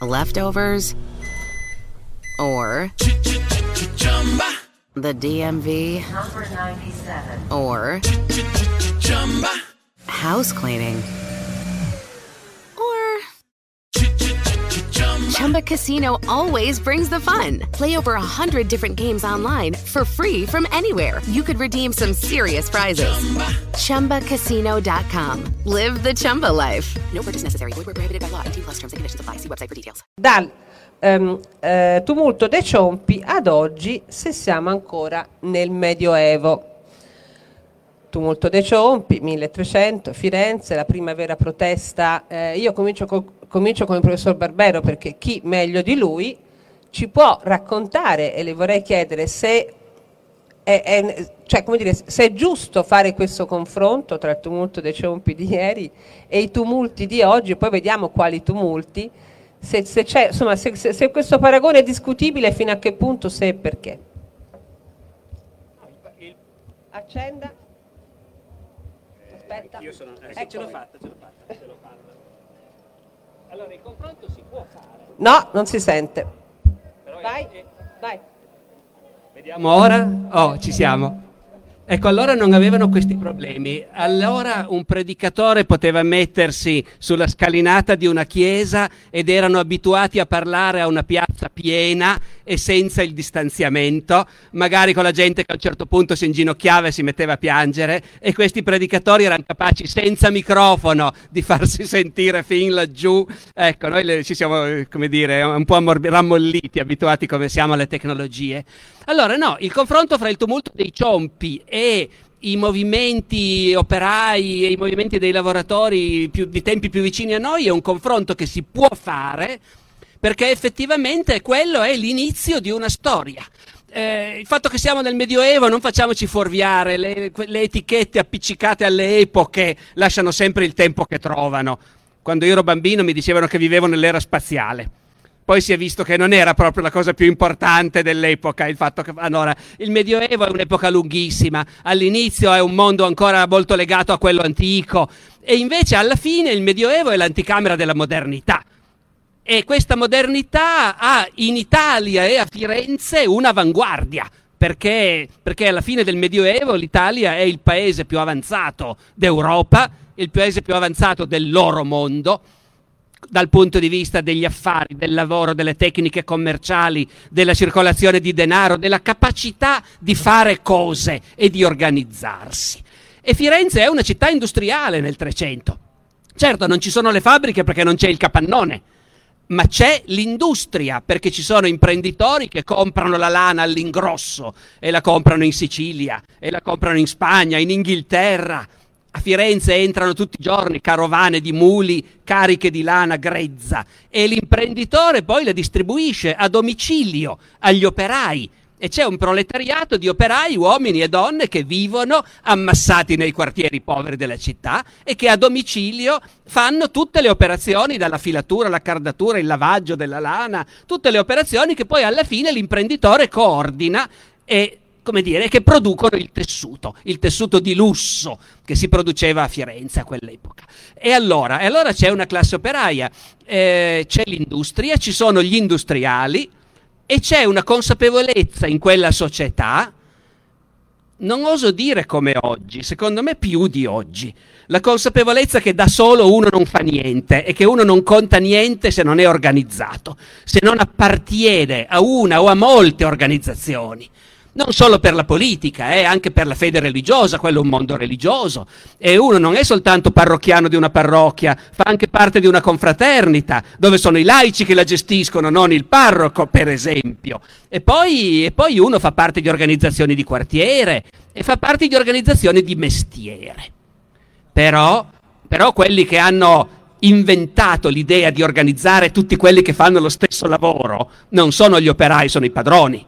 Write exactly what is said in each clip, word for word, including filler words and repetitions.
leftovers, or the D M V, Number ninety-seven. or house cleaning, or Chumba Casino always brings the fun. Play over a hundred different games online for free from anywhere. You could redeem some serious prizes. Chumba Casino dot com. Live the Chumba life. No purchase necessary. Void where prohibited by law. eighteen plus terms and conditions apply. See website for details. Dal ehm, eh, tumulto dei Ciompi ad oggi, se siamo ancora nel Medioevo. Tumulto dei Ciompi, milletrecento, Firenze, la prima vera protesta. Eh, io comincio, col, comincio con il professor Barbero, perché chi meglio di lui ci può raccontare, e le vorrei chiedere se è, è, cioè, come dire, se è giusto fare questo confronto tra il tumulto dei Ciompi di ieri e i tumulti di oggi, poi vediamo quali tumulti, se, se, c'è, insomma, se, se, se questo paragone è discutibile, fino a che punto, se e perché. Accenda. Aspetta. Io sono, eh, ecco, ce l'ho fatta, ce l'ho fatta, ce l'ho fatta. Allora, il confronto si può fare. No, non si sente. Però vai, è, vai. Vediamo ora. Oh, ci siamo. Ecco, allora non avevano questi problemi. Allora un predicatore poteva mettersi sulla scalinata di una chiesa ed erano abituati a parlare a una piazza piena e senza il distanziamento, magari con la gente che a un certo punto si inginocchiava e si metteva a piangere, e questi predicatori erano capaci senza microfono di farsi sentire fin laggiù. Ecco, noi le, ci siamo, come dire, un po' ammor- rammolliti, abituati come siamo alle tecnologie. Allora no, il confronto fra il tumulto dei Ciompi e i movimenti operai e i movimenti dei lavoratori più, di tempi più vicini a noi è un confronto che si può fare, perché effettivamente quello è l'inizio di una storia. Eh, il fatto che siamo nel Medioevo, non facciamoci fuorviare, le, le etichette appiccicate alle epoche lasciano sempre il tempo che trovano. Quando io ero bambino mi dicevano che vivevo nell'era spaziale. Poi si è visto che non era proprio la cosa più importante dell'epoca, il fatto che allora, il Medioevo è un'epoca lunghissima, all'inizio è un mondo ancora molto legato a quello antico, e invece alla fine il Medioevo è l'anticamera della modernità. E questa modernità ha in Italia e a Firenze un'avanguardia, perché, perché alla fine del Medioevo l'Italia è il paese più avanzato d'Europa, il paese più avanzato del loro mondo, dal punto di vista degli affari, del lavoro, delle tecniche commerciali, della circolazione di denaro, della capacità di fare cose e di organizzarsi. E Firenze è una città industriale nel Trecento. Certo, non ci sono le fabbriche perché non c'è il capannone, ma c'è l'industria, perché ci sono imprenditori che comprano la lana all'ingrosso e la comprano in Sicilia, e la comprano in Spagna, in Inghilterra. A Firenze entrano tutti i giorni carovane di muli cariche di lana grezza, e l'imprenditore poi le distribuisce a domicilio agli operai, e c'è un proletariato di operai, uomini e donne, che vivono ammassati nei quartieri poveri della città e che a domicilio fanno tutte le operazioni, dalla filatura, la cardatura, il lavaggio della lana, tutte le operazioni che poi alla fine l'imprenditore coordina e, come dire, che producono il tessuto, il tessuto di lusso che si produceva a Firenze a quell'epoca. E allora, e allora c'è una classe operaia, eh, c'è l'industria, ci sono gli industriali, e c'è una consapevolezza in quella società, non oso dire come oggi, secondo me più di oggi, la consapevolezza che da solo uno non fa niente e che uno non conta niente se non è organizzato, se non appartiene a una o a molte organizzazioni. Non solo per la politica, eh, anche per la fede religiosa, quello è un mondo religioso, e uno non è soltanto parrocchiano di una parrocchia, fa anche parte di una confraternita, dove sono i laici che la gestiscono, non il parroco, per esempio. E poi, e poi uno fa parte di organizzazioni di quartiere e fa parte di organizzazioni di mestiere. Però, però quelli che hanno inventato l'idea di organizzare tutti quelli che fanno lo stesso lavoro non sono gli operai, sono i padroni.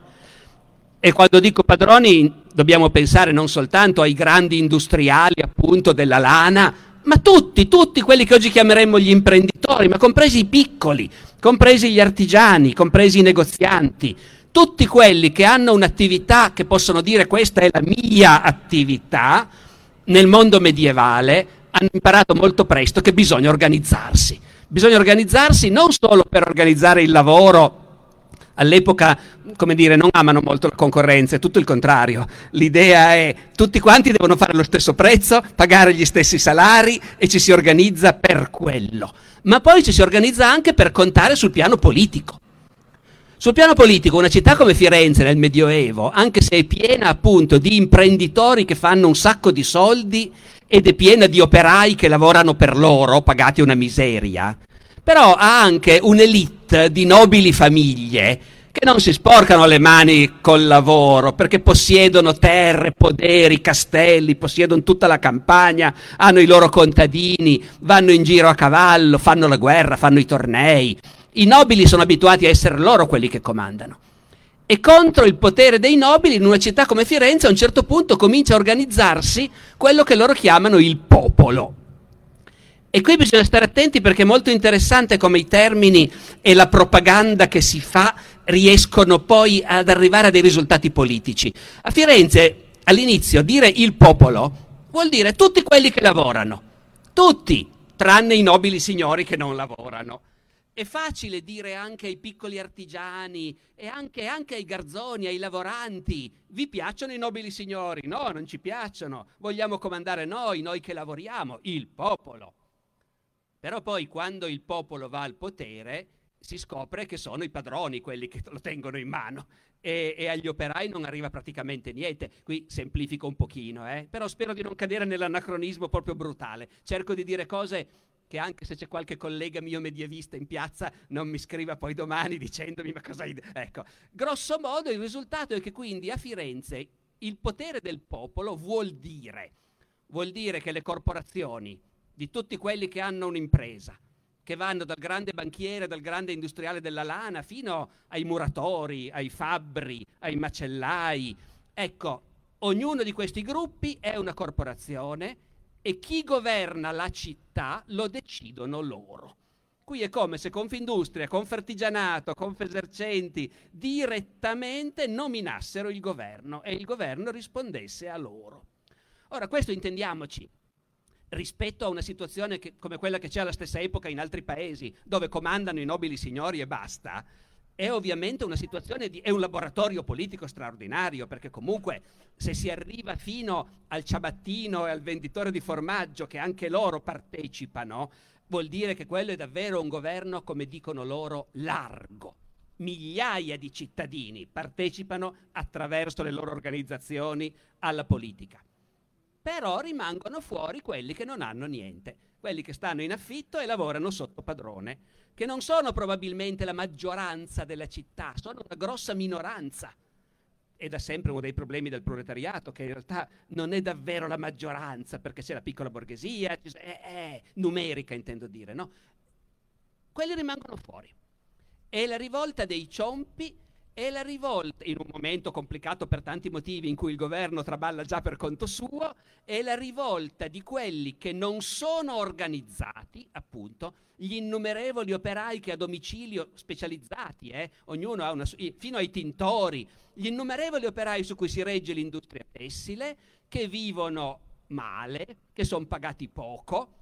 E quando dico padroni dobbiamo pensare non soltanto ai grandi industriali, appunto, della lana, ma tutti, tutti quelli che oggi chiameremmo gli imprenditori, ma compresi i piccoli, compresi gli artigiani, compresi i negozianti, tutti quelli che hanno un'attività che possono dire questa è la mia attività, nel mondo medievale hanno imparato molto presto che bisogna organizzarsi. Bisogna organizzarsi non solo per organizzare il lavoro. All'epoca, come dire, non amano molto la concorrenza, è tutto il contrario. L'idea è tutti quanti devono fare lo stesso prezzo, pagare gli stessi salari e ci si organizza per quello. Ma poi ci si organizza anche per contare sul piano politico. Sul piano politico, una città come Firenze nel Medioevo, anche se è piena appunto di imprenditori che fanno un sacco di soldi ed è piena di operai che lavorano per loro, pagati una miseria, però ha anche un'elite di nobili famiglie che non si sporcano le mani col lavoro perché possiedono terre, poderi, castelli, possiedono tutta la campagna, hanno i loro contadini, vanno in giro a cavallo, fanno la guerra, fanno i tornei. I nobili sono abituati a essere loro quelli che comandano. E contro il potere dei nobili, in una città come Firenze, a un certo punto comincia a organizzarsi quello che loro chiamano il popolo. E qui bisogna stare attenti perché è molto interessante come i termini e la propaganda che si fa riescono poi ad arrivare a dei risultati politici. A Firenze, all'inizio, dire il popolo vuol dire tutti quelli che lavorano, tutti, tranne i nobili signori che non lavorano. È facile dire anche ai piccoli artigiani e anche, anche ai garzoni, ai lavoranti, vi piacciono i nobili signori? No, non ci piacciono, vogliamo comandare noi, noi che lavoriamo, il popolo. Però poi quando il popolo va al potere si scopre che sono i padroni quelli che lo tengono in mano e, e agli operai non arriva praticamente niente. Qui semplifico un pochino, eh? Però spero di non cadere nell'anacronismo proprio brutale. Cerco di dire cose che anche se c'è qualche collega mio medievista in piazza non mi scriva poi domani dicendomi ma cosa hai... Ecco, grosso modo il risultato è che quindi a Firenze il potere del popolo vuol dire, vuol dire che le corporazioni di tutti quelli che hanno un'impresa, che vanno dal grande banchiere, dal grande industriale della lana, fino ai muratori, ai fabbri, ai macellai. Ecco, ognuno di questi gruppi è una corporazione e chi governa la città lo decidono loro. Qui è come se Confindustria, Confartigianato, Confesercenti direttamente nominassero il governo e il governo rispondesse a loro. Ora, questo intendiamoci, rispetto a una situazione che, come quella che c'è alla stessa epoca in altri paesi, dove comandano i nobili signori e basta, è ovviamente una situazione di, è un laboratorio politico straordinario, perché comunque se si arriva fino al ciabattino e al venditore di formaggio, che anche loro partecipano, vuol dire che quello è davvero un governo, come dicono loro, largo. Migliaia di cittadini partecipano attraverso le loro organizzazioni alla politica. Però rimangono fuori quelli che non hanno niente, quelli che stanno in affitto e lavorano sotto padrone, che non sono probabilmente la maggioranza della città, sono una grossa minoranza. È da sempre uno dei problemi del proletariato, che in realtà non è davvero la maggioranza, perché c'è la piccola borghesia, è, è numerica intendo dire, no? Quelli rimangono fuori. E la rivolta dei ciompi è la rivolta, in un momento complicato per tanti motivi in cui il governo traballa già per conto suo, è la rivolta di quelli che non sono organizzati, appunto, gli innumerevoli operai che a domicilio specializzati, eh, ognuno ha una, fino ai tintori, gli innumerevoli operai su cui si regge l'industria tessile, che vivono male, che sono pagati poco,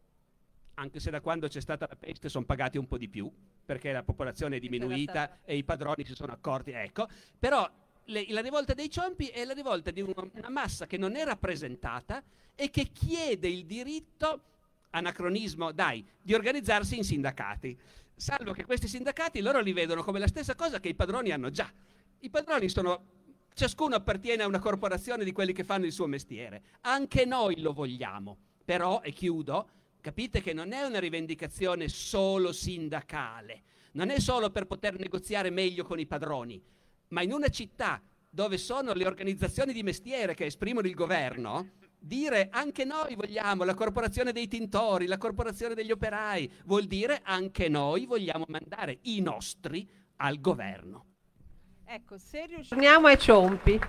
anche se da quando c'è stata la peste sono pagati un po' di più, perché la popolazione è diminuita e i padroni si sono accorti, ecco. Però le, la rivolta dei ciompi è la rivolta di una, una massa che non è rappresentata e che chiede il diritto, anacronismo, dai, di organizzarsi in sindacati. Salvo che questi sindacati loro li vedono come la stessa cosa che i padroni hanno già. I padroni sono... Ciascuno appartiene a una corporazione di quelli che fanno il suo mestiere. Anche noi lo vogliamo. Però, e chiudo, capite che non è una rivendicazione solo sindacale, non è solo per poter negoziare meglio con i padroni, ma in una città dove sono le organizzazioni di mestiere che esprimono il governo, dire anche noi vogliamo la corporazione dei tintori, la corporazione degli operai, vuol dire anche noi vogliamo mandare i nostri al governo. Ecco, se riusciamo ai ciompi,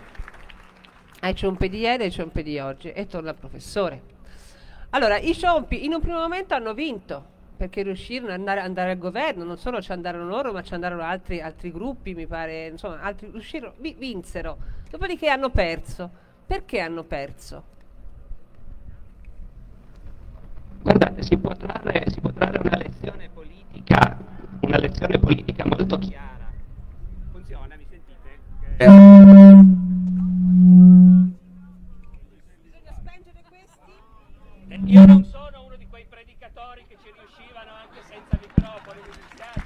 ai ciompi di ieri e ai ciompi di oggi, e torna il professore. Allora, i ciompi in un primo momento hanno vinto, perché riuscirono ad andare, andare al governo, non solo ci andarono loro, ma ci andarono altri, altri gruppi, mi pare, insomma, altri riuscirono, vi, vinsero. Dopodiché hanno perso. Perché hanno perso? Guardate, si può trarre, si può trarre una lezione politica, una lezione politica molto chiara. Funziona, mi sentite? Eh. Bisogna spengere questi. Eh, io non sono uno di quei predicatori che ci riuscivano anche senza microfono, mi dispiace.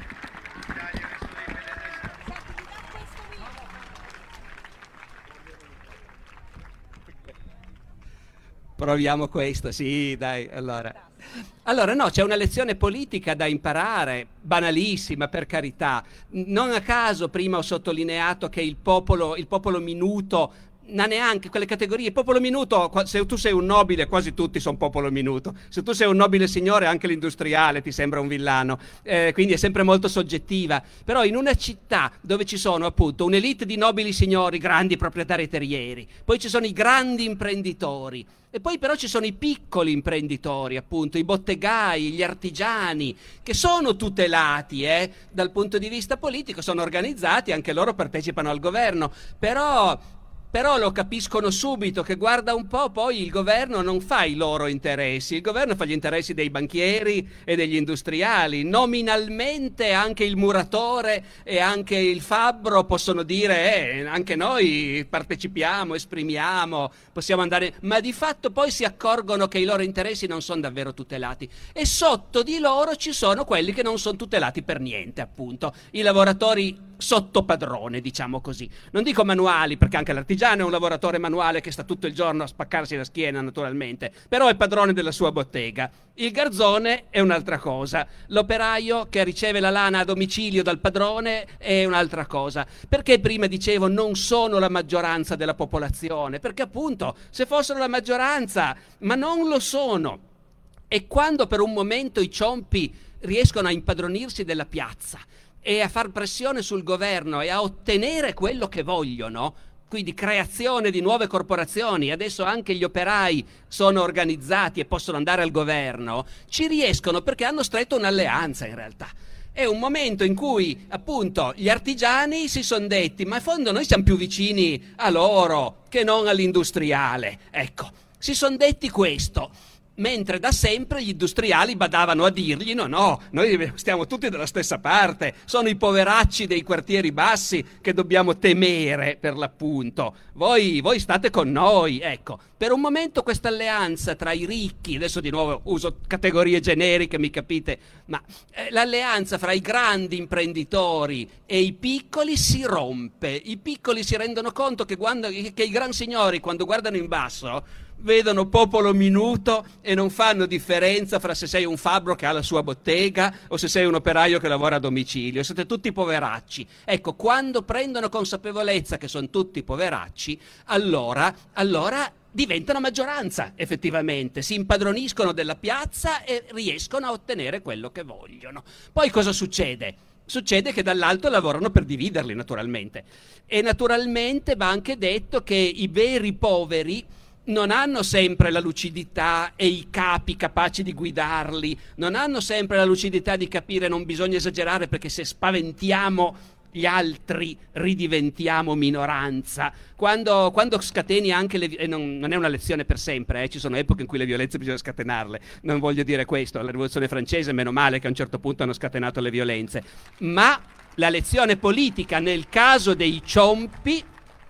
Proviamo questo, sì, dai, allora. Allora, no, c'è una lezione politica da imparare, banalissima, per carità. Non a caso prima ho sottolineato che il popolo, il popolo minuto, non neanche quelle categorie, il popolo minuto, se tu sei un nobile, quasi tutti sono popolo minuto. Se tu sei un nobile signore, anche l'industriale ti sembra un villano, eh, quindi è sempre molto soggettiva. Però in una città dove ci sono appunto un'elite di nobili signori, grandi proprietari terrieri, poi ci sono i grandi imprenditori, e poi però ci sono i piccoli imprenditori, appunto, i bottegai, gli artigiani, che sono tutelati eh, dal punto di vista politico, sono organizzati, anche loro partecipano al governo, però... Però lo capiscono subito che, guarda un po', poi il governo non fa i loro interessi, il governo fa gli interessi dei banchieri e degli industriali. Nominalmente anche il muratore e anche il fabbro possono dire eh, anche noi partecipiamo, esprimiamo, possiamo andare, ma di fatto poi si accorgono che i loro interessi non sono davvero tutelati, e sotto di loro ci sono quelli che non sono tutelati per niente, appunto, i lavoratori sotto padrone, diciamo così. Non dico manuali, perché anche l'artigiano è un lavoratore manuale che sta tutto il giorno a spaccarsi la schiena, naturalmente, però è padrone della sua bottega. Il garzone è un'altra cosa, l'operaio che riceve la lana a domicilio dal padrone è un'altra cosa. Perché prima dicevo non sono la maggioranza della popolazione? Perché appunto, se fossero la maggioranza, ma non lo sono. E quando per un momento i ciompi riescono a impadronirsi della piazza e a far pressione sul governo e a ottenere quello che vogliono, quindi creazione di nuove corporazioni, adesso anche gli operai sono organizzati e possono andare al governo, ci riescono perché hanno stretto un'alleanza in realtà. È un momento in cui appunto gli artigiani si sono detti ma in fondo noi siamo più vicini a loro che non all'industriale, ecco, si sono detti questo. Mentre da sempre gli industriali badavano a dirgli no, no, noi stiamo tutti dalla stessa parte, sono i poveracci dei quartieri bassi che dobbiamo temere per l'appunto, voi, voi state con noi, ecco. Per un momento questa alleanza tra i ricchi, adesso di nuovo uso categorie generiche, mi capite, ma eh, l'alleanza fra i grandi imprenditori e i piccoli si rompe, i piccoli si rendono conto che, quando, che i gran signori quando guardano in basso vedono popolo minuto e non fanno differenza fra se sei un fabbro che ha la sua bottega o se sei un operaio che lavora a domicilio, siete tutti poveracci. Ecco, quando prendono consapevolezza che sono tutti poveracci, allora, allora diventano maggioranza, effettivamente, si impadroniscono della piazza e riescono a ottenere quello che vogliono. Poi cosa succede? Succede che dall'alto lavorano per dividerli, naturalmente. E naturalmente va anche detto che i veri poveri non hanno sempre la lucidità e i capi capaci di guidarli, non hanno sempre la lucidità di capire non bisogna esagerare perché se spaventiamo gli altri ridiventiamo minoranza. Quando, quando scateni anche le... Eh, non, non è una lezione per sempre, eh, ci sono epoche in cui le violenze bisogna scatenarle, non voglio dire questo, la rivoluzione francese meno male che a un certo punto hanno scatenato le violenze, ma la lezione politica nel caso dei ciompi,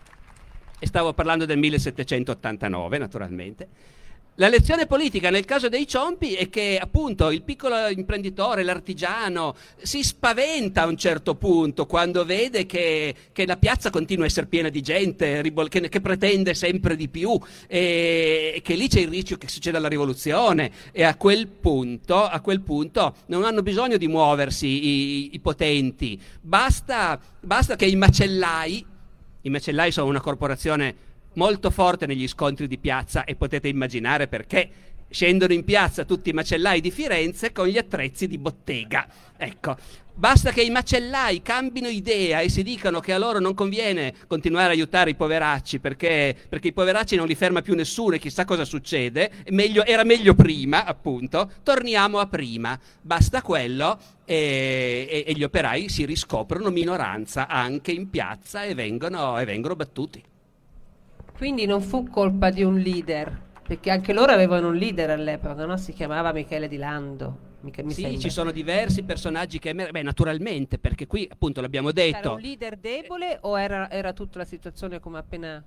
e stavo parlando del millesettecentottantanove naturalmente, la lezione politica nel caso dei ciompi è che appunto il piccolo imprenditore, l'artigiano, si spaventa a un certo punto quando vede che, che la piazza continua a essere piena di gente che, che pretende sempre di più e, e che lì c'è il rischio che succeda la rivoluzione, e a quel punto, a quel punto non hanno bisogno di muoversi i, i potenti, basta, basta che i macellai, i macellai sono una corporazione molto forte negli scontri di piazza e potete immaginare perché scendono in piazza tutti i macellai di Firenze con gli attrezzi di bottega. Ecco, basta che i macellai cambino idea e si dicano che a loro non conviene continuare a aiutare i poveracci perché, perché i poveracci non li ferma più nessuno e chissà cosa succede, meglio, era meglio prima, appunto, torniamo a prima. Basta quello e, e, e gli operai si riscoprono minoranza anche in piazza e vengono, e vengono battuti. Quindi non fu colpa di un leader, Perché anche loro avevano un leader all'epoca, no? Si chiamava Michele Di Lando. Mica, mi sì, sembra. Ci sono diversi personaggi che emer- beh, naturalmente, perché qui appunto l'abbiamo detto. Era un leader debole o era, era tutta la situazione come appena...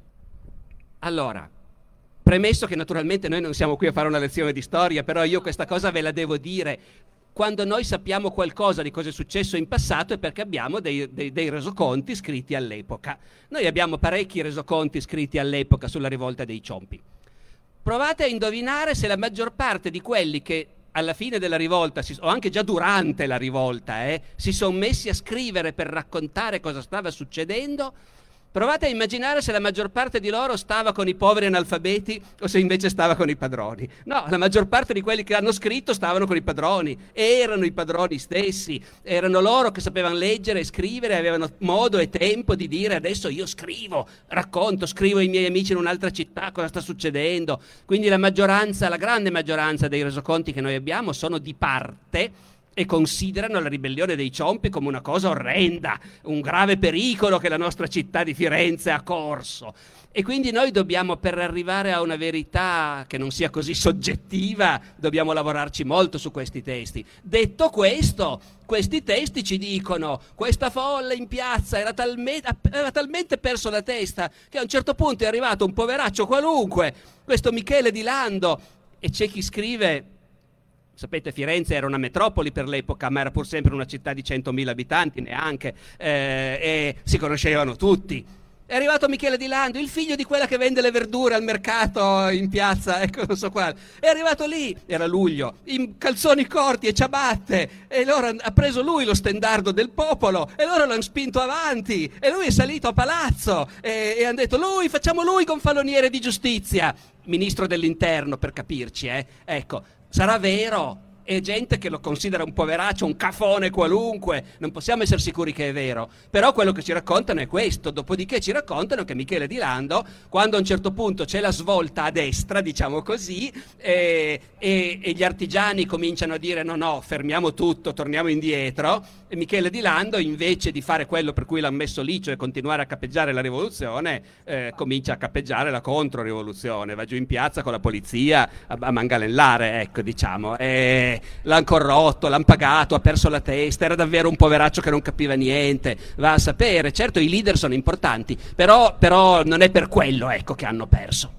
Allora, premesso che naturalmente noi non siamo qui a fare una lezione di storia, però io questa cosa ve la devo dire. Quando noi sappiamo qualcosa di cosa è successo in passato è perché abbiamo dei, dei, dei resoconti scritti all'epoca. Noi abbiamo parecchi resoconti scritti all'epoca sulla rivolta dei Ciompi. Provate a indovinare se la maggior parte di quelli che alla fine della rivolta, si, o anche già durante la rivolta, eh, si sono messi a scrivere per raccontare cosa stava succedendo. Provate a immaginare se la maggior parte di loro stava con i poveri analfabeti o se invece stava con i padroni. No, la maggior parte di quelli che hanno scritto stavano con i padroni, erano i padroni stessi, erano loro che sapevano leggere e scrivere, avevano modo e tempo di dire adesso io scrivo, racconto, scrivo ai miei amici in un'altra città cosa sta succedendo. Quindi la maggioranza, la grande maggioranza dei resoconti che noi abbiamo sono di parte e considerano la ribellione dei Ciompi come una cosa orrenda, un grave pericolo che la nostra città di Firenze ha corso. E quindi noi dobbiamo, per arrivare a una verità che non sia così soggettiva, dobbiamo lavorarci molto su questi testi. Detto questo, questi testi ci dicono questa folla in piazza era talmente, aveva talmente perso la testa che a un certo punto è arrivato un poveraccio qualunque, questo Michele Di Lando, e c'è chi scrive... Sapete, Firenze era una metropoli per l'epoca, ma era pur sempre una città di centomila abitanti, neanche, eh, e si conoscevano tutti. È arrivato Michele Di Lando, il figlio di quella che vende le verdure al mercato in piazza, ecco, non so quale. È arrivato lì, era luglio, in calzoni corti e ciabatte, e loro ha preso lui lo stendardo del popolo, e loro l'hanno spinto avanti, e lui è salito a palazzo, e, e hanno detto, lui, facciamo lui gonfaloniere di giustizia, ministro dell'interno, per capirci, eh, ecco. Sarà vero? È gente che lo considera un poveraccio, un cafone qualunque, non possiamo essere sicuri che è vero, però quello che ci raccontano è questo. Dopodiché ci raccontano che Michele Di Lando, quando a un certo punto c'è la svolta a destra, diciamo così, e, e, e gli artigiani cominciano a dire no no, fermiamo tutto, torniamo indietro, e Michele Di Lando, invece di fare quello per cui l'ha messo lì, cioè continuare a cappeggiare la rivoluzione, eh, comincia a cappeggiare la controrivoluzione, va giù in piazza con la polizia a, a manganellare, ecco, diciamo, e l'hanno corrotto, l'hanno pagato, ha perso la testa, era davvero un poveraccio che non capiva niente, va a sapere. Certo, i leader sono importanti, però, però non è per quello, ecco, che hanno perso.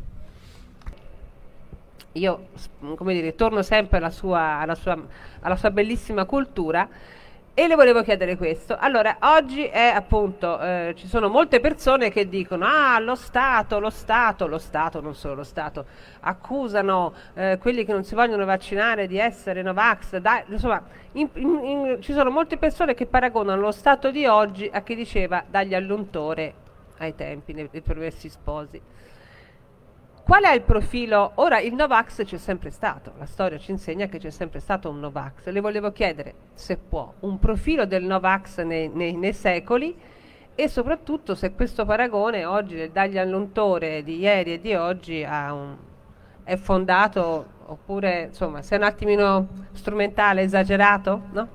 Io, come dire, torno sempre alla sua, alla sua, alla sua bellissima cultura e le volevo chiedere questo. Allora, oggi è appunto, eh, ci sono molte persone che dicono ah, lo Stato, lo Stato, lo Stato, non solo lo Stato, accusano eh, quelli che non si vogliono vaccinare di essere Novax, dai, insomma, in, in, in, ci sono molte persone che paragonano lo Stato di oggi a chi diceva dagli all'untore ai tempi dei, dei Promessi Sposi. Qual è il profilo? Ora, il Novax c'è sempre stato, la storia ci insegna che c'è sempre stato un Novax. Le volevo chiedere, se può, un profilo del Novax nei, nei, nei secoli e soprattutto se questo paragone oggi del dagli all'untore di ieri e di oggi ha un, è fondato oppure, insomma, se è un attimino strumentale, esagerato, no?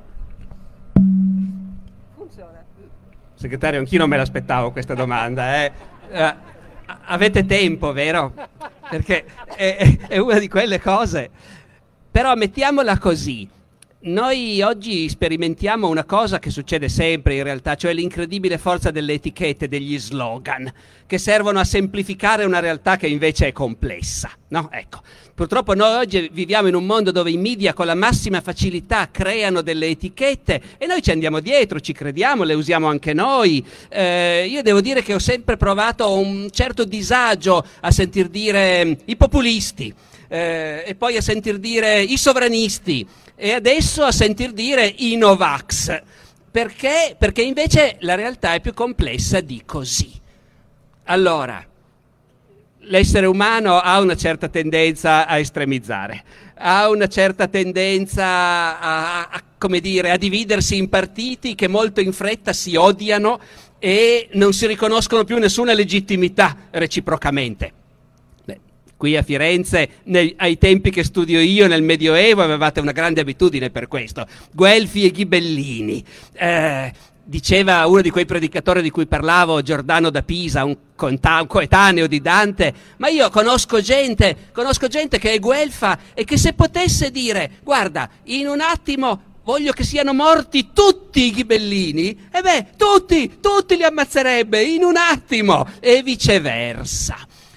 Funziona. Segretario, anch'io non me l'aspettavo questa domanda, eh. Uh, avete tempo, vero? Perché è, è una di quelle cose. Però mettiamola così. Noi oggi sperimentiamo una cosa che succede sempre in realtà, cioè l'incredibile forza delle etichette, degli slogan, che servono a semplificare una realtà che invece è complessa, no? Ecco. Purtroppo noi oggi viviamo in un mondo dove i media con la massima facilità creano delle etichette e noi ci andiamo dietro, ci crediamo, le usiamo anche noi. Eh, io devo dire che ho sempre provato un certo disagio a sentir dire i populisti eh, e poi a sentir dire i sovranisti e adesso a sentir dire i Novax. Perché? Perché invece la realtà è più complessa di così. Allora, l'essere umano ha una certa tendenza a estremizzare, ha una certa tendenza a, a, come dire, a dividersi in partiti che molto in fretta si odiano e non si riconoscono più nessuna legittimità reciprocamente. Beh, qui a Firenze, nei, ai tempi che studio io nel Medioevo, avevate una grande abitudine per questo, Guelfi e Ghibellini. Eh, diceva uno di quei predicatori di cui parlavo, Giordano da Pisa, un, conta- un coetaneo di Dante, ma io conosco gente, conosco gente che è guelfa e che se potesse dire, guarda, in un attimo voglio che siano morti tutti i ghibellini, e beh, tutti, tutti li ammazzerebbe in un attimo, e viceversa.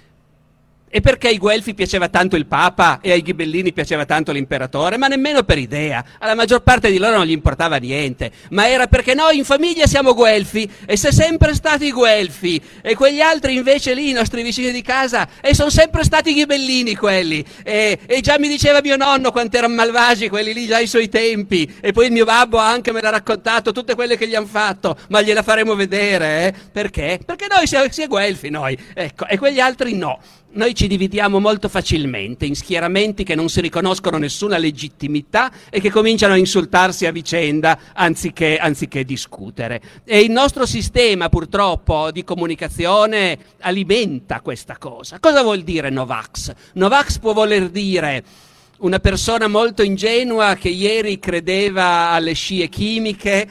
E perché ai Guelfi piaceva tanto il Papa e ai Ghibellini piaceva tanto l'imperatore? Ma nemmeno per idea. Alla maggior parte di loro non gli importava niente. Ma era perché noi in famiglia siamo Guelfi e si è sempre stati Guelfi. E quegli altri invece lì, i nostri vicini di casa, e sono sempre stati Ghibellini quelli. E, e già mi diceva mio nonno quanto erano malvagi quelli lì già ai suoi tempi. E poi il mio babbo anche me l'ha raccontato, tutte quelle che gli hanno fatto. Ma gliela faremo vedere, eh? Perché? Perché noi siamo, siamo Guelfi, noi. Ecco, e quegli altri no. Noi ci dividiamo molto facilmente in schieramenti che non si riconoscono nessuna legittimità e che cominciano a insultarsi a vicenda anziché, anziché discutere. E il nostro sistema, purtroppo, di comunicazione alimenta questa cosa. Cosa vuol dire Novax? Novax può voler dire una persona molto ingenua che ieri credeva alle scie chimiche,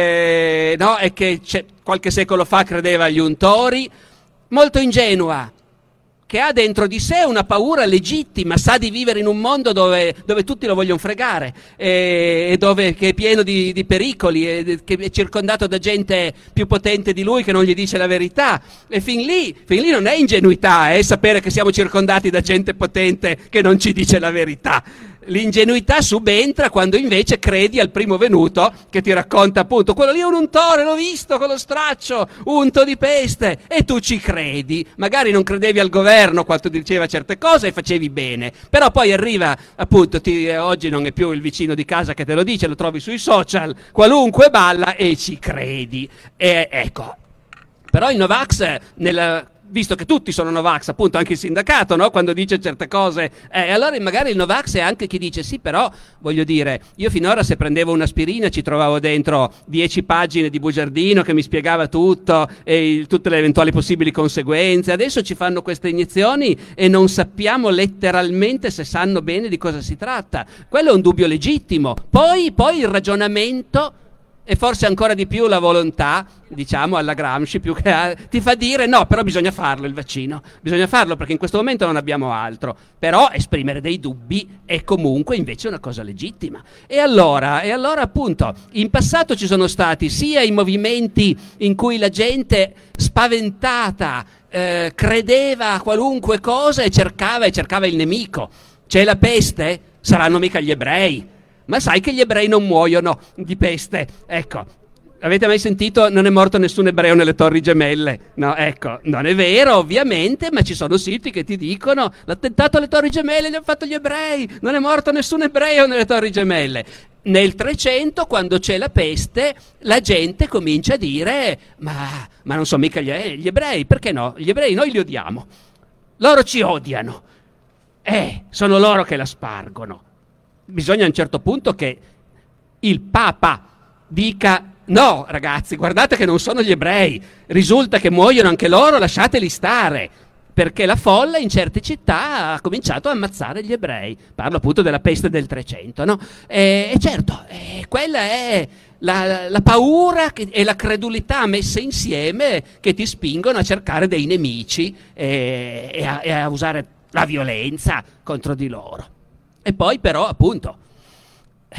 eh, no? E che qualche secolo fa credeva agli untori, molto ingenua, che ha dentro di sé una paura legittima, sa di vivere in un mondo dove, dove tutti lo vogliono fregare, e, e dove, che è pieno di, di pericoli, e che è circondato da gente più potente di lui che non gli dice la verità. E fin lì, fin lì non è ingenuità, è sapere che siamo circondati da gente potente che non ci dice la verità. L'ingenuità subentra quando invece credi al primo venuto che ti racconta appunto quello lì è un untore, l'ho visto con lo straccio unto di peste, e tu ci credi. Magari non credevi al governo quando diceva certe cose e facevi bene, però poi arriva appunto ti, eh, oggi non è più il vicino di casa che te lo dice, lo trovi sui social, qualunque balla e ci credi. E ecco, però i Novax nella visto che tutti sono Novax, appunto anche il sindacato, no? Quando dice certe cose, eh, allora magari il Novax è anche chi dice sì, però voglio dire, io finora se prendevo un'aspirina ci trovavo dentro dieci pagine di bugiardino che mi spiegava tutto e il, tutte le eventuali possibili conseguenze. Adesso ci fanno queste iniezioni e non sappiamo letteralmente se sanno bene di cosa si tratta. Quello è un dubbio legittimo. Poi, poi il ragionamento e forse ancora di più la volontà, diciamo alla Gramsci, più che a, ti fa dire no, però bisogna farlo il vaccino, bisogna farlo perché in questo momento non abbiamo altro. Però esprimere dei dubbi è comunque invece una cosa legittima. E allora, e allora appunto, in passato ci sono stati sia i movimenti in cui la gente spaventata eh, credeva a qualunque cosa e cercava e cercava il nemico. C'è la peste? Saranno mica gli ebrei. Ma sai che gli ebrei non muoiono di peste? Ecco, avete mai sentito non è morto nessun ebreo nelle Torri Gemelle? No, ecco, non è vero ovviamente, ma ci sono siti che ti dicono l'attentato alle Torri Gemelle li hanno fatto gli ebrei, non è morto nessun ebreo nelle Torri Gemelle. Nel trecento, quando c'è la peste, la gente comincia a dire ma, ma non sono mica gli, eh, gli ebrei, perché no? Gli ebrei noi li odiamo, loro ci odiano, eh, sono loro che la spargono. Bisogna a un certo punto che il Papa dica no ragazzi, guardate che non sono gli ebrei, risulta che muoiono anche loro, lasciateli stare, perché la folla in certe città ha cominciato a ammazzare gli ebrei. Parlo appunto della peste del trecento, no? E, e certo, e quella è la, la paura che, e la credulità messe insieme che ti spingono a cercare dei nemici e, e, a, e a usare la violenza contro di loro. E poi però appunto eh,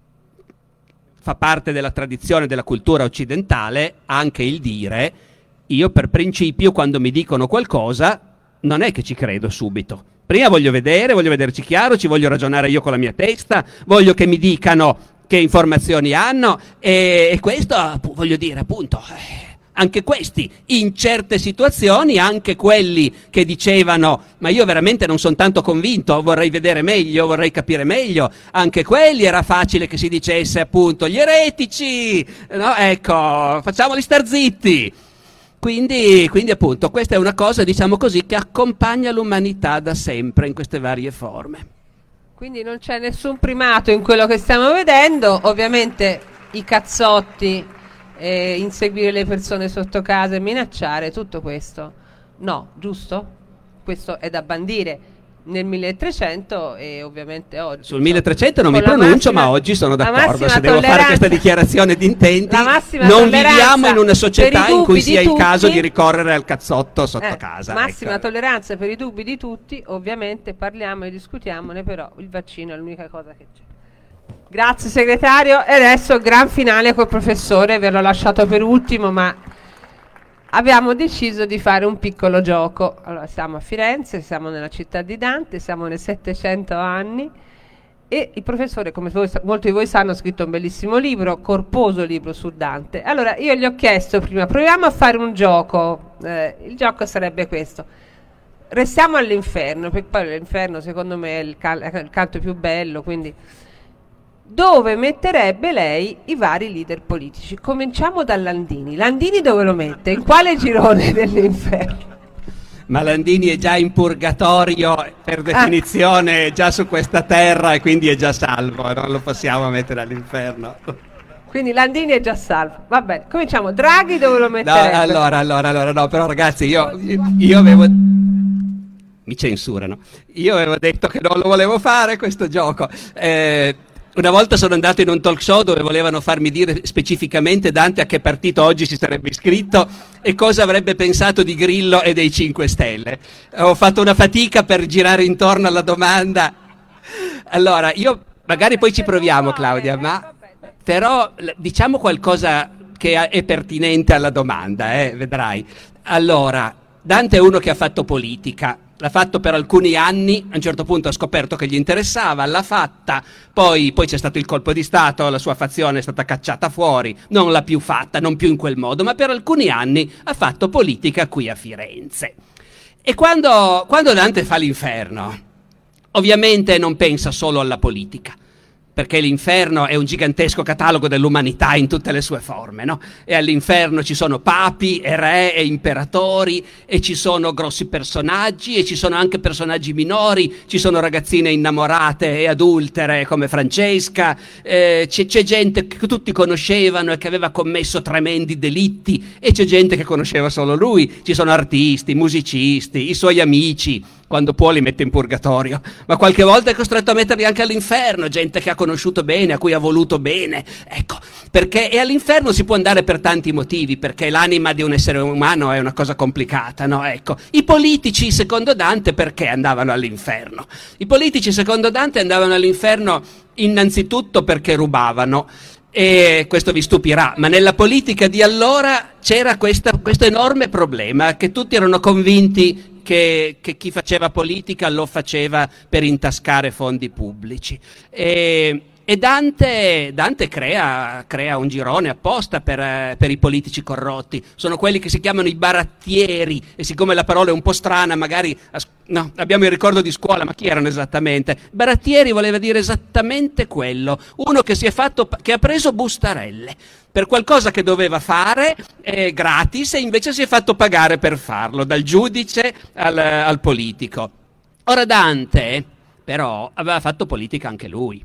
fa parte della tradizione della cultura occidentale anche il dire io per principio quando mi dicono qualcosa non è che ci credo subito. Prima voglio vedere, voglio vederci chiaro, ci voglio ragionare io con la mia testa, voglio che mi dicano che informazioni hanno e, e questo voglio dire appunto... Eh, anche questi, in certe situazioni, anche quelli che dicevano ma io veramente non sono tanto convinto, vorrei vedere meglio, vorrei capire meglio, anche quelli era facile che si dicesse appunto gli eretici, no? Ecco, facciamoli star zitti. Quindi, quindi appunto questa è una cosa, diciamo così, che accompagna l'umanità da sempre in queste varie forme. Quindi non c'è nessun primato in quello che stiamo vedendo, ovviamente i cazzotti, Eh, inseguire le persone sotto casa e minacciare, tutto questo no, giusto? Questo è da bandire. nel milletrecento e ovviamente oggi. Sul milletrecento non mi Con la pronuncio, massima- ma oggi sono la d'accordo. massima Se devo fare tolleranza- questa dichiarazione di intenti, la massima non tolleranza viviamo in una società per i in cui dubbi sia di il caso tutti. di ricorrere al cazzotto sotto Eh, casa. Massima ecco. tolleranza per i dubbi di tutti, ovviamente parliamo e discutiamone, però il vaccino è l'unica cosa che c'è. Grazie segretario, e adesso gran finale col professore, ve l'ho lasciato per ultimo, ma abbiamo deciso di fare un piccolo gioco. Allora, siamo a Firenze, siamo nella città di Dante, siamo nei settecento anni e il professore, come voi, molti di voi sanno, ha scritto un bellissimo libro, corposo libro su Dante. Allora, io gli ho chiesto prima, proviamo a fare un gioco. Eh, il gioco sarebbe questo. Restiamo all'inferno, perché poi l'inferno secondo me è il, cal- è il canto più bello, quindi dove metterebbe lei i vari leader politici? Cominciamo da Landini. Landini dove lo mette? In quale girone dell'inferno? Ma Landini è già in purgatorio per definizione, è già su questa terra e quindi è già salvo, non lo possiamo mettere all'inferno. Quindi Landini è già salvo. Va bene, cominciamo. Draghi dove lo No, metterebbe? allora, allora, allora, no, però ragazzi, io, io avevo... Mi censurano. Io avevo detto che non lo volevo fare questo gioco. Eh, una volta sono andato in un talk show dove volevano farmi dire specificamente Dante a che partito oggi si sarebbe iscritto e cosa avrebbe pensato di Grillo e dei cinque Stelle. Ho fatto una fatica per girare intorno alla domanda. Allora, io magari poi ci proviamo, Claudia, ma però l- diciamo qualcosa che ha- è pertinente alla domanda, eh, vedrai. Allora, Dante è uno che ha fatto politica. L'ha fatto per alcuni anni, a un certo punto ha scoperto che gli interessava, l'ha fatta, poi, poi c'è stato il colpo di Stato, la sua fazione è stata cacciata fuori, non l'ha più fatta, non più in quel modo, ma per alcuni anni ha fatto politica qui a Firenze. E quando, quando Dante fa l'inferno, ovviamente non pensa solo alla politica, perché l'inferno è un gigantesco catalogo dell'umanità in tutte le sue forme, no? E all'inferno ci sono papi e re e imperatori e ci sono grossi personaggi e ci sono anche personaggi minori, ci sono ragazzine innamorate e adultere come Francesca, eh, c'è, c'è gente che tutti conoscevano e che aveva commesso tremendi delitti e c'è gente che conosceva solo lui, ci sono artisti, musicisti, i suoi amici. Quando può li mette in purgatorio, ma qualche volta è costretto a metterli anche all'inferno, gente che ha conosciuto bene, a cui ha voluto bene, ecco, perché e all'inferno si può andare per tanti motivi, perché l'anima di un essere umano è una cosa complicata, no? Ecco, i politici secondo Dante perché andavano all'inferno? I politici secondo Dante andavano all'inferno innanzitutto perché rubavano. E questo vi stupirà, ma nella politica di allora c'era questa, questo enorme problema, che tutti erano convinti che, che chi faceva politica lo faceva per intascare fondi pubblici. E, e Dante, Dante crea, crea un girone apposta per, eh, per i politici corrotti. Sono quelli che si chiamano i barattieri, e siccome la parola è un po' strana, magari no, abbiamo il ricordo di scuola, ma chi erano esattamente? Barattieri voleva dire esattamente quello, uno che si è fatto, che ha preso bustarelle per qualcosa che doveva fare eh, gratis e invece si è fatto pagare per farlo, dal giudice al, al politico. Ora Dante, però, aveva fatto politica anche lui.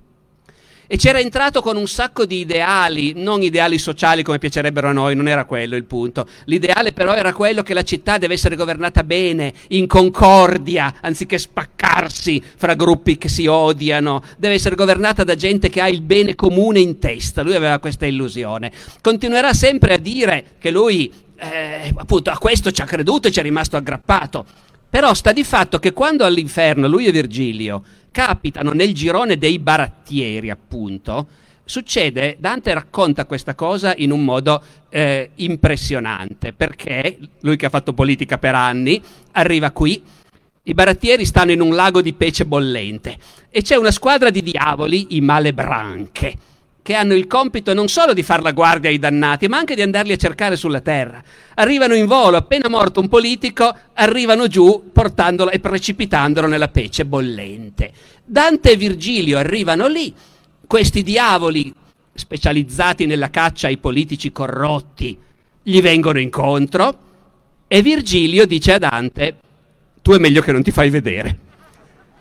E c'era entrato con un sacco di ideali, non ideali sociali come piacerebbero a noi, non era quello il punto. L'ideale però era quello che la città deve essere governata bene, in concordia, anziché spaccarsi fra gruppi che si odiano. Deve essere governata da gente che ha il bene comune in testa. Lui aveva questa illusione. Continuerà sempre a dire che lui, eh, appunto, a questo ci ha creduto e ci è rimasto aggrappato. Però sta di fatto che quando all'inferno lui e Virgilio capitano nel girone dei barattieri, appunto, succede, Dante racconta questa cosa in un modo eh, impressionante, perché lui che ha fatto politica per anni arriva qui, i barattieri stanno in un lago di pece bollente e c'è una squadra di diavoli, i malebranche, che hanno il compito non solo di far la guardia ai dannati, ma anche di andarli a cercare sulla terra. Arrivano in volo, appena morto un politico, arrivano giù portandolo e precipitandolo nella pece bollente. Dante e Virgilio arrivano lì, questi diavoli specializzati nella caccia ai politici corrotti gli vengono incontro e Virgilio dice a Dante: tu è meglio che non ti fai vedere.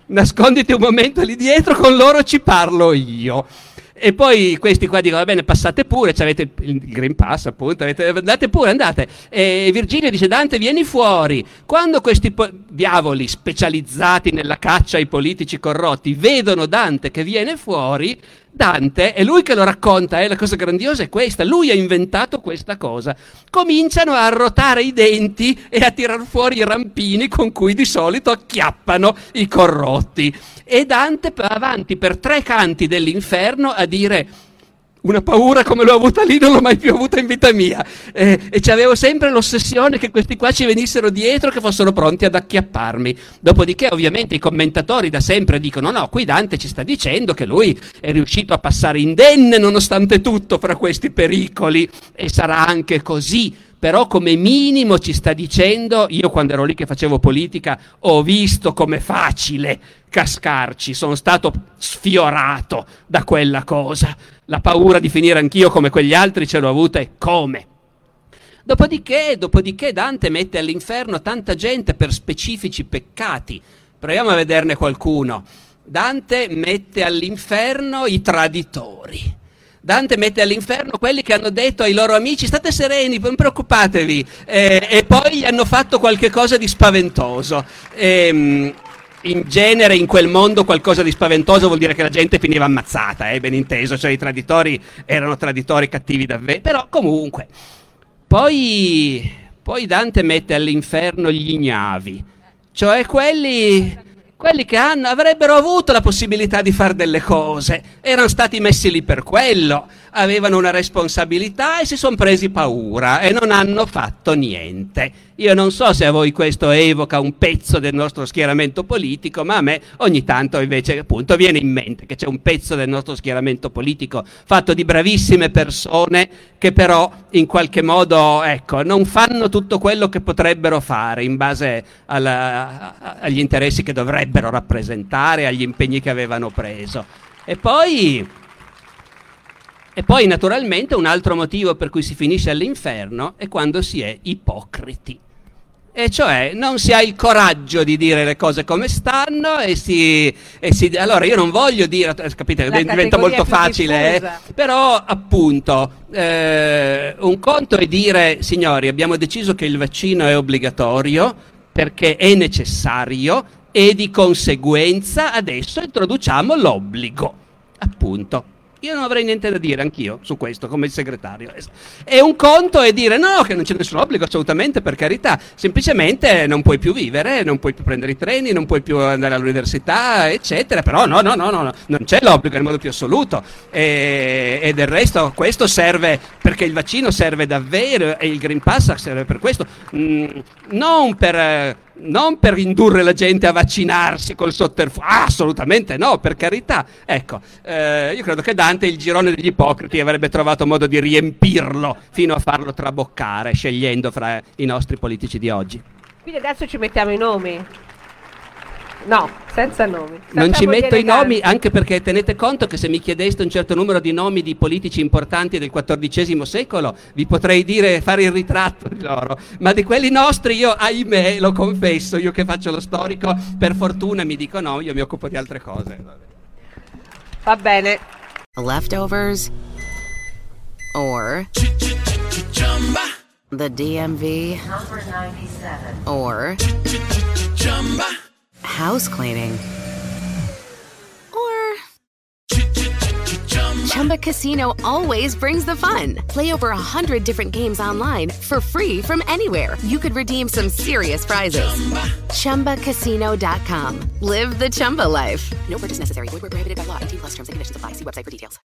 nasconditi un momento lì dietro, con loro ci parlo io. E poi questi qua dicono, va bene, passate pure, avete il Green Pass appunto, avete, andate pure, andate. E Virgilio dice, Dante vieni fuori. Quando questi po- diavoli specializzati nella caccia ai politici corrotti vedono Dante che viene fuori, Dante, è lui che lo racconta, eh, la cosa grandiosa è questa, lui ha inventato questa cosa. Cominciano a arrotare i denti e a tirar fuori i rampini con cui di solito acchiappano i corrotti. E Dante va avanti per tre canti dell'inferno a dire, una paura come l'ho avuta lì non l'ho mai più avuta in vita mia, eh, e c'avevo sempre l'ossessione che questi qua ci venissero dietro, che fossero pronti ad acchiapparmi. Dopodiché ovviamente i commentatori da sempre dicono, no, qui Dante ci sta dicendo che lui è riuscito a passare indenne nonostante tutto fra questi pericoli, e sarà anche così. Però come minimo ci sta dicendo, io quando ero lì che facevo politica ho visto com'è facile cascarci, sono stato sfiorato da quella cosa, la paura di finire anch'io come quegli altri ce l'ho avuta, e come. Dopodiché, dopodiché Dante mette all'inferno tanta gente per specifici peccati. Proviamo a vederne qualcuno. Dante mette all'inferno i traditori. Dante mette all'inferno quelli che hanno detto ai loro amici state sereni, non preoccupatevi, eh, e poi gli hanno fatto qualche cosa di spaventoso. E, in genere in quel mondo qualcosa di spaventoso vuol dire che la gente finiva ammazzata, eh, ben inteso, cioè i traditori erano traditori cattivi davvero, però comunque. Poi, poi Dante mette all'inferno gli ignavi, cioè quelli... quelli che hanno, avrebbero avuto la possibilità di fare delle cose, erano stati messi lì per quello, avevano una responsabilità e si sono presi paura e non hanno fatto niente. Io non so se a voi questo evoca un pezzo del nostro schieramento politico, ma a me ogni tanto invece appunto viene in mente che c'è un pezzo del nostro schieramento politico fatto di bravissime persone che però in qualche modo, ecco, non fanno tutto quello che potrebbero fare in base alla, agli interessi che dovrebbero rappresentare, agli impegni che avevano preso. E poi, e poi naturalmente un altro motivo per cui si finisce all'inferno è quando si è ipocriti. E cioè non si ha il coraggio di dire le cose come stanno e si, e si allora io non voglio dire, capite, La diventa molto facile, eh? Però appunto eh, un conto è dire signori abbiamo deciso che il vaccino è obbligatorio perché è necessario e di conseguenza adesso introduciamo l'obbligo, appunto. Io non avrei niente da dire anch'io su questo come il segretario. E un conto è dire no, che non c'è nessun obbligo assolutamente, per carità, semplicemente non puoi più vivere, non puoi più prendere i treni, non puoi più andare all'università, eccetera, però no, no, no, no, no non c'è l'obbligo nel modo più assoluto. E, e del resto questo serve perché il vaccino serve davvero e il Green Pass serve per questo, mm, non per... non per indurre la gente a vaccinarsi col sotterfugio, ah, assolutamente no, per carità. Ecco, eh, io credo che Dante il girone degli ipocriti avrebbe trovato modo di riempirlo fino a farlo traboccare, scegliendo fra i nostri politici di oggi. Quindi adesso ci mettiamo i nomi? No, senza nomi. Non ci metto i nomi anche perché tenete conto che se mi chiedeste un certo numero di nomi di politici importanti del quattordicesimo secolo vi potrei dire, fare il ritratto di loro, ma di quelli nostri io, ahimè, lo confesso, io che faccio lo storico, per fortuna mi dico no, io mi occupo di altre cose. Va bene. Leftovers or the D M V or house cleaning or Chumba Casino always brings the fun. Play over a hundred different games online for free from anywhere. You could redeem some serious prizes. Chumba Casino dot com. Live the Chumba life. No purchase necessary. Void where prohibited by law. eighteen plus terms and conditions apply. See website for details.